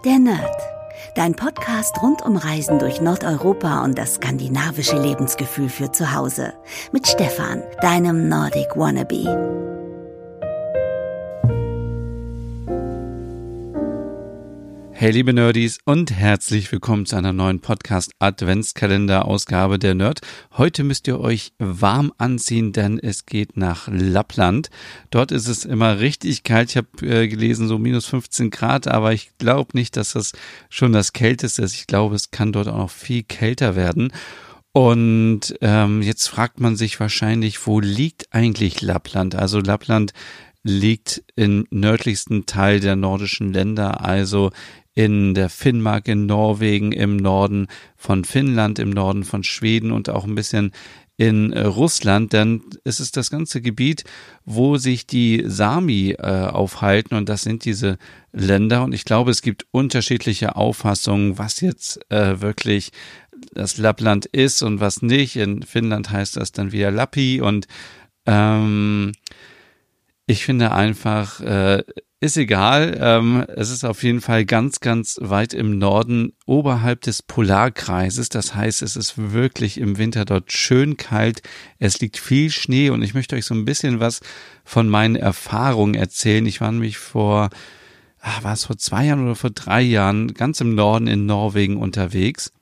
Der Nerd. Dein Podcast rund um Reisen durch Nordeuropa und das skandinavische Lebensgefühl für zu Hause. Mit Stefan, deinem Nordic Wannabe. Hey liebe Nerdies und herzlich willkommen zu einer neuen Podcast-Adventskalender-Ausgabe der Nerd. Heute müsst ihr euch warm anziehen, denn es geht nach Lappland. Dort ist es immer richtig kalt. Ich habe gelesen, so minus 15 Grad, aber ich glaube nicht, dass das schon das Kälteste ist. Ich glaube, es kann dort auch noch viel kälter werden. Und jetzt fragt man sich wahrscheinlich, wo liegt eigentlich Lappland? Also Lappland liegt im nördlichsten Teil der nordischen Länder, also in der Finnmark, in Norwegen, im Norden von Finnland, im Norden von Schweden und auch ein bisschen in Russland, denn es ist das ganze Gebiet, wo sich die Sami aufhalten, und das sind diese Länder, und ich glaube, es gibt unterschiedliche Auffassungen, was jetzt wirklich das Lappland ist und was nicht. In Finnland heißt das dann wieder Lappi, und ich finde einfach, ist egal, es ist auf jeden Fall ganz, ganz weit im Norden, oberhalb des Polarkreises. Das heißt, es ist wirklich im Winter dort schön kalt, es liegt viel Schnee, und ich möchte euch so ein bisschen was von meinen Erfahrungen erzählen. Ich war nämlich war es vor 2 Jahren oder vor 3 Jahren ganz im Norden in Norwegen unterwegs,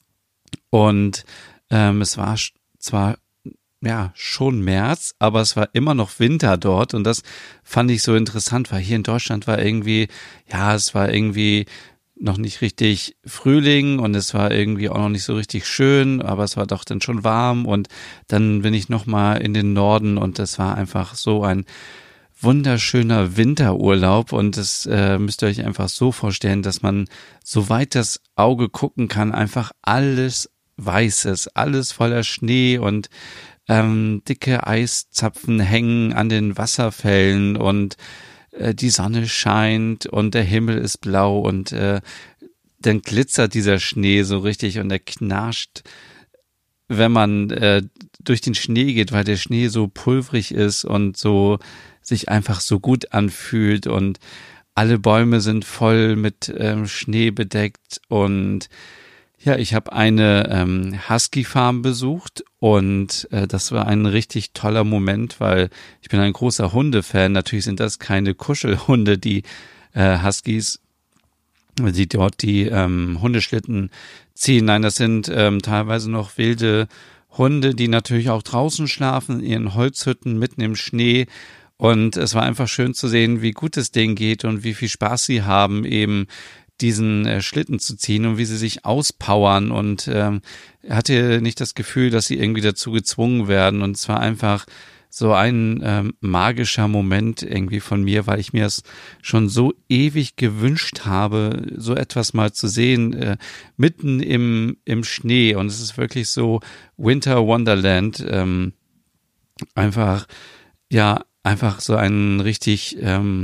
und es war zwar schon März, aber es war immer noch Winter dort, und das fand ich so interessant, weil hier in Deutschland war es war irgendwie noch nicht richtig Frühling, und es war irgendwie auch noch nicht so richtig schön, aber es war doch dann schon warm, und dann bin ich nochmal in den Norden, und das war einfach so ein wunderschöner Winterurlaub, und das müsst ihr euch einfach so vorstellen, dass man, soweit das Auge gucken kann, einfach alles Weißes, alles voller Schnee, und dicke Eiszapfen hängen an den Wasserfällen, und die Sonne scheint und der Himmel ist blau, und dann glitzert dieser Schnee so richtig, und er knarscht, wenn man durch den Schnee geht, weil der Schnee so pulverig ist und so sich einfach so gut anfühlt, und alle Bäume sind voll mit Schnee bedeckt. Und ja, ich habe eine Husky-Farm besucht, und das war ein richtig toller Moment, weil ich bin ein großer Hundefan. Natürlich sind das keine Kuschelhunde, die Huskies, die dort die Hundeschlitten ziehen. Nein, das sind teilweise noch wilde Hunde, die natürlich auch draußen schlafen, in ihren Holzhütten mitten im Schnee. Und es war einfach schön zu sehen, wie gut es denen geht und wie viel Spaß sie haben, eben diesen Schlitten zu ziehen, und wie sie sich auspowern, und hatte nicht das Gefühl, dass sie irgendwie dazu gezwungen werden, und es war einfach so ein magischer Moment irgendwie von mir, weil ich mir es schon so ewig gewünscht habe, so etwas mal zu sehen, mitten im Schnee, und es ist wirklich so Winter Wonderland, einfach so ein richtig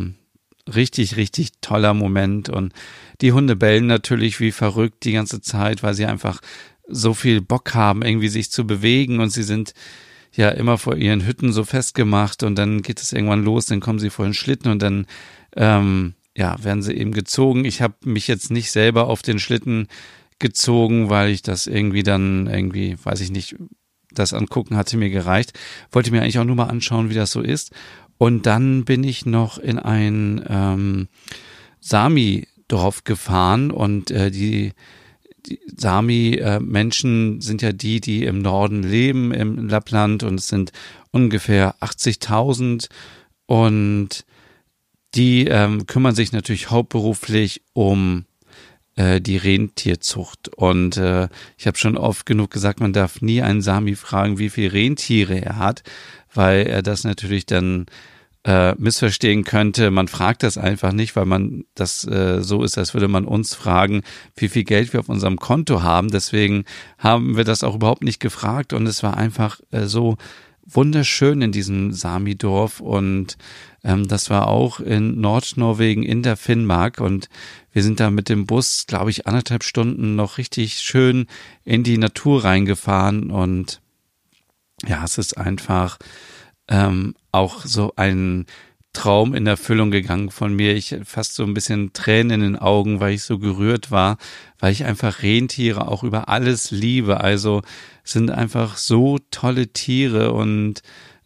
toller Moment, und die Hunde bellen natürlich wie verrückt die ganze Zeit, weil sie einfach so viel Bock haben, irgendwie sich zu bewegen, und sie sind ja immer vor ihren Hütten so festgemacht, und dann geht es irgendwann los, dann kommen sie vor den Schlitten, und dann werden sie eben gezogen. Ich habe mich jetzt nicht selber auf den Schlitten gezogen, weil ich das weiß ich nicht, das Angucken hatte mir gereicht. Wollte mir eigentlich auch nur mal anschauen, wie das so ist. Und dann bin ich noch in ein Sami-Dorf gefahren, und die Sami-Menschen sind ja die im Norden leben, im Lappland, und es sind ungefähr 80.000, und die kümmern sich natürlich hauptberuflich um die Rentierzucht, und ich habe schon oft genug gesagt, man darf nie einen Sami fragen, wie viele Rentiere er hat, weil er das natürlich dann missverstehen könnte. Man fragt das einfach nicht, weil man das so ist, als würde man uns fragen, wie viel Geld wir auf unserem Konto haben. Deswegen haben wir das auch überhaupt nicht gefragt, und es war einfach so wunderschön in diesem Sami-Dorf, und das war auch in Nordnorwegen in der Finnmark, und wir sind da mit dem Bus, glaube ich, 1,5 Stunden noch richtig schön in die Natur reingefahren, und ja, es ist einfach auch so ein Traum in Erfüllung gegangen von mir. Ich fast so ein bisschen Tränen in den Augen, weil ich so gerührt war, weil ich einfach Rentiere auch über alles liebe. Also sind einfach so tolle Tiere und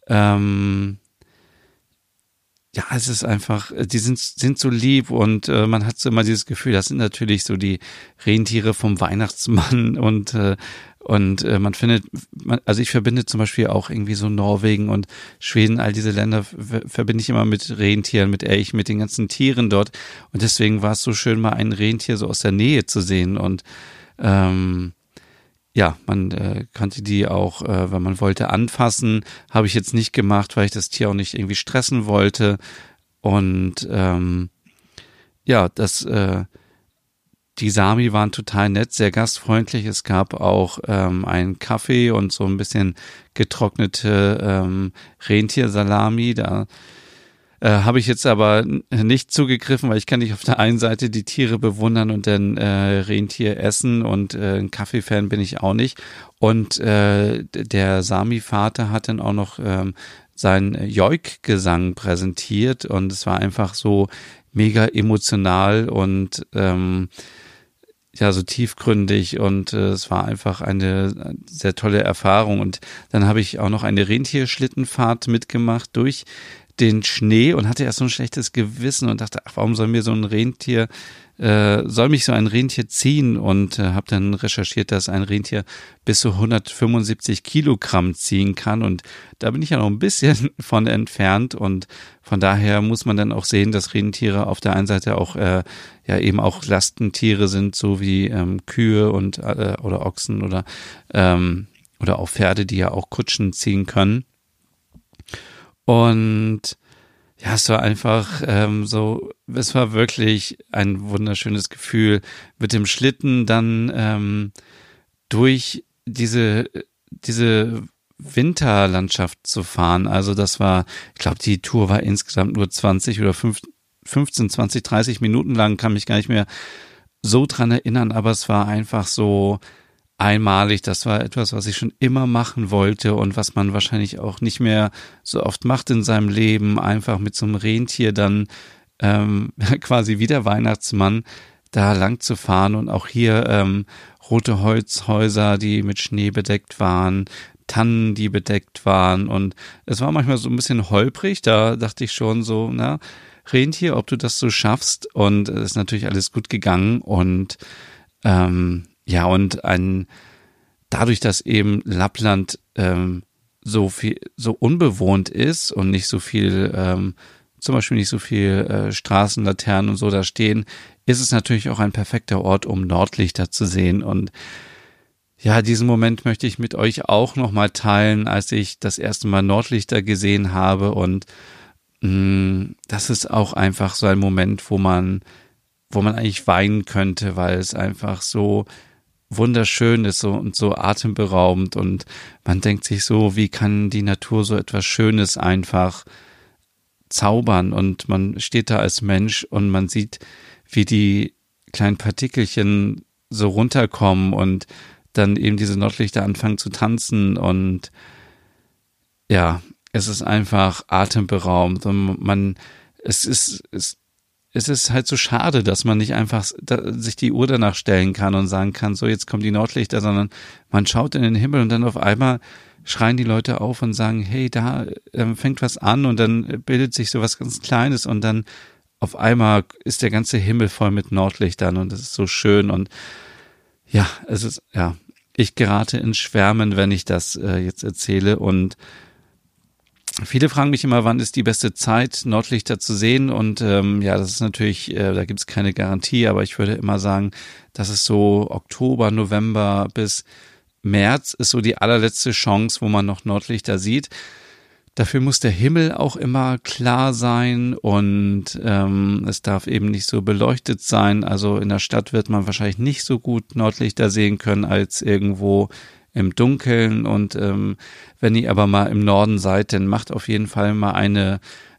ja, es ist einfach, die sind so lieb und man hat so immer dieses Gefühl, das sind natürlich so die Rentiere vom Weihnachtsmann und man findet, also ich verbinde zum Beispiel auch irgendwie so Norwegen und Schweden, all diese Länder verbinde ich immer mit Rentieren, mit Elchen, mit den ganzen Tieren dort und deswegen war es so schön, mal ein Rentier so aus der Nähe zu sehen und ja, man konnte die auch, wenn man wollte, anfassen. Habe ich jetzt nicht gemacht, weil ich das Tier auch nicht irgendwie stressen wollte. Und ja, die Sami waren total nett, sehr gastfreundlich. Es gab auch einen Kaffee und so ein bisschen getrocknete Rentiersalami. Da habe ich jetzt aber nicht zugegriffen, weil ich kann nicht auf der einen Seite die Tiere bewundern und dann Rentier essen und ein Kaffee-Fan bin ich auch nicht. Und der Sami-Vater hat dann auch noch seinen Joik-Gesang präsentiert und es war einfach so mega emotional und ja, so tiefgründig und es war einfach eine sehr tolle Erfahrung. Und dann habe ich auch noch eine Rentierschlittenfahrt mitgemacht durch den Schnee und hatte erst so ein schlechtes Gewissen und dachte, ach, warum soll mich so ein Rentier ziehen und habe dann recherchiert, dass ein Rentier bis zu 175 Kilogramm ziehen kann und da bin ich ja noch ein bisschen von entfernt und von daher muss man dann auch sehen, dass Rentiere auf der einen Seite auch ja eben auch Lastentiere sind, so wie Kühe und oder Ochsen oder auch Pferde, die ja auch Kutschen ziehen können. Und ja, es war einfach es war wirklich ein wunderschönes Gefühl, mit dem Schlitten dann durch diese Winterlandschaft zu fahren. Also das war, ich glaube, die Tour war insgesamt nur 20 oder 15, 20, 30 Minuten lang, kann mich gar nicht mehr so dran erinnern, aber es war einfach so einmalig. Das war etwas, was ich schon immer machen wollte und was man wahrscheinlich auch nicht mehr so oft macht in seinem Leben, einfach mit so einem Rentier dann quasi wie der Weihnachtsmann da lang zu fahren und auch hier rote Holzhäuser, die mit Schnee bedeckt waren, Tannen, die bedeckt waren und es war manchmal so ein bisschen holprig, da dachte ich schon so, na, Rentier, ob du das so schaffst und es ist natürlich alles gut gegangen und ja, und dadurch, dass eben Lappland so unbewohnt ist und nicht so viel, zum Beispiel nicht so viel Straßenlaternen und so da stehen, ist es natürlich auch ein perfekter Ort, um Nordlichter zu sehen. Und ja, diesen Moment möchte ich mit euch auch nochmal teilen, als ich das erste Mal Nordlichter gesehen habe. Und das ist auch einfach so ein Moment, wo man eigentlich weinen könnte, weil es einfach so wunderschön ist und so atemberaubend und man denkt sich so, wie kann die Natur so etwas Schönes einfach zaubern und man steht da als Mensch und man sieht, wie die kleinen Partikelchen so runterkommen und dann eben diese Nordlichter anfangen zu tanzen und ja, es ist einfach atemberaubend und es ist halt so schade, dass man nicht einfach sich die Uhr danach stellen kann und sagen kann, so jetzt kommen die Nordlichter, sondern man schaut in den Himmel und dann auf einmal schreien die Leute auf und sagen, hey, da fängt was an und dann bildet sich so was ganz Kleines und dann auf einmal ist der ganze Himmel voll mit Nordlichtern und das ist so schön und ja, ich gerate ins Schwärmen, wenn ich das jetzt erzähle und viele fragen mich immer, wann ist die beste Zeit, Nordlichter zu sehen und ja, das ist natürlich, da gibt es keine Garantie, aber ich würde immer sagen, das ist so Oktober, November bis März ist so die allerletzte Chance, wo man noch Nordlichter sieht. Dafür muss der Himmel auch immer klar sein und es darf eben nicht so beleuchtet sein, also in der Stadt wird man wahrscheinlich nicht so gut Nordlichter sehen können als irgendwo im Dunkeln und wenn ihr aber mal im Norden seid, dann macht auf jeden Fall mal eine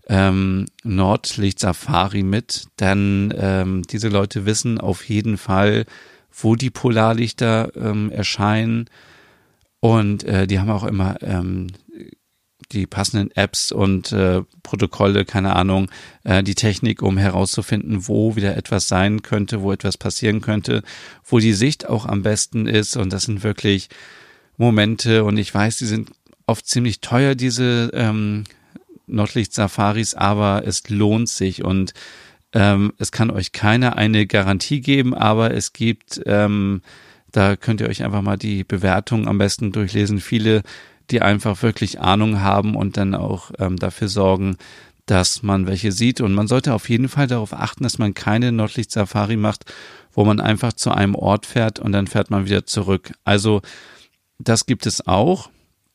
Nordlichtsafari mit, denn diese Leute wissen auf jeden Fall, wo die Polarlichter erscheinen und die haben auch immer die passenden Apps und Protokolle, keine Ahnung, die Technik, um herauszufinden, wo wieder etwas sein könnte, wo etwas passieren könnte, wo die Sicht auch am besten ist. Und das sind wirklich Momente, und ich weiß, die sind oft ziemlich teuer, diese Nordlicht-Safaris, aber es lohnt sich, und es kann euch keiner eine Garantie geben, aber es gibt, da könnt ihr euch einfach mal die Bewertungen am besten durchlesen, viele, die einfach wirklich Ahnung haben und dann auch dafür sorgen, dass man welche sieht. Und man sollte auf jeden Fall darauf achten, dass man keine Nordlicht-Safari macht, wo man einfach zu einem Ort fährt und dann fährt man wieder zurück. Also das gibt es auch.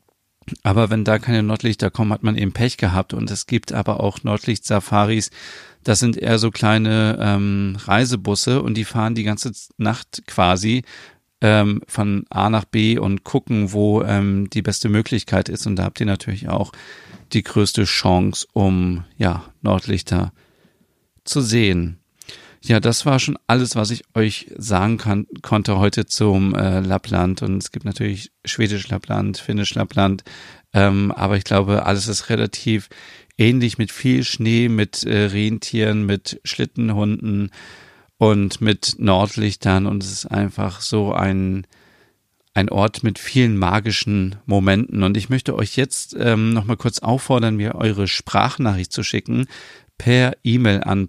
Aber wenn da keine Nordlichter kommen, hat man eben Pech gehabt. Und es gibt aber auch Nordlicht-Safaris, das sind eher so kleine Reisebusse, und die fahren die ganze Nacht quasi von A nach B und gucken, wo die beste Möglichkeit ist. Und da habt ihr natürlich auch die größte Chance, um Nordlichter zu sehen. Ja, das war schon alles, was ich euch sagen konnte heute zum Lappland. Und es gibt natürlich Schwedisch Lappland, Finnisch Lappland, aber ich glaube, alles ist relativ ähnlich, mit viel Schnee, mit Rentieren, mit Schlittenhunden und mit Nordlichtern. Und es ist einfach so ein Ort mit vielen magischen Momenten. Und ich möchte euch jetzt noch mal kurz auffordern, mir eure Sprachnachricht zu schicken per E-Mail an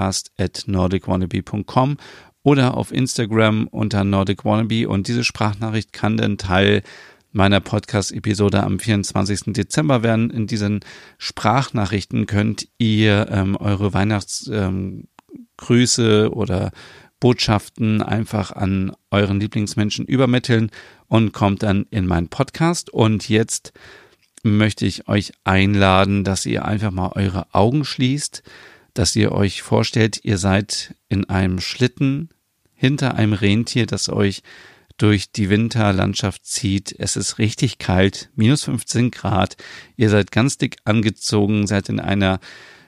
podcast@nordicwannabe.com oder auf Instagram unter nordicwannabe. Und diese Sprachnachricht kann dann Teil meiner Podcast-Episode am 24. Dezember werden. In diesen Sprachnachrichten könnt ihr eure Weihnachtsgrüße oder Botschaften einfach an euren Lieblingsmenschen übermitteln und kommt dann in meinen Podcast. Und jetzt möchte ich euch einladen, dass ihr einfach mal eure Augen schließt, dass ihr euch vorstellt, ihr seid in einem Schlitten hinter einem Rentier, das euch durch die Winterlandschaft zieht. Es ist richtig kalt, minus 15 Grad. Ihr seid ganz dick angezogen, seid in einer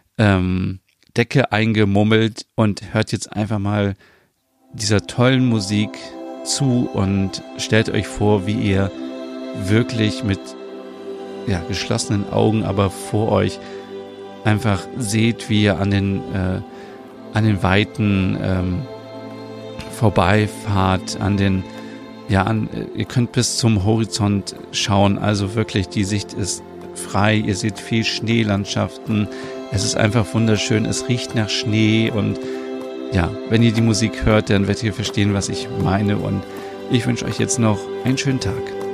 Decke eingemummelt und hört jetzt einfach mal dieser tollen Musik zu und stellt euch vor, wie ihr wirklich mit geschlossenen Augen, aber vor euch einfach seht, wie ihr an den Weiten vorbeifahrt, ihr könnt bis zum Horizont schauen, also wirklich, die Sicht ist frei, ihr seht viel Schneelandschaften, es ist einfach wunderschön, es riecht nach Schnee, und wenn ihr die Musik hört, dann werdet ihr verstehen, was ich meine, und ich wünsche euch jetzt noch einen schönen Tag.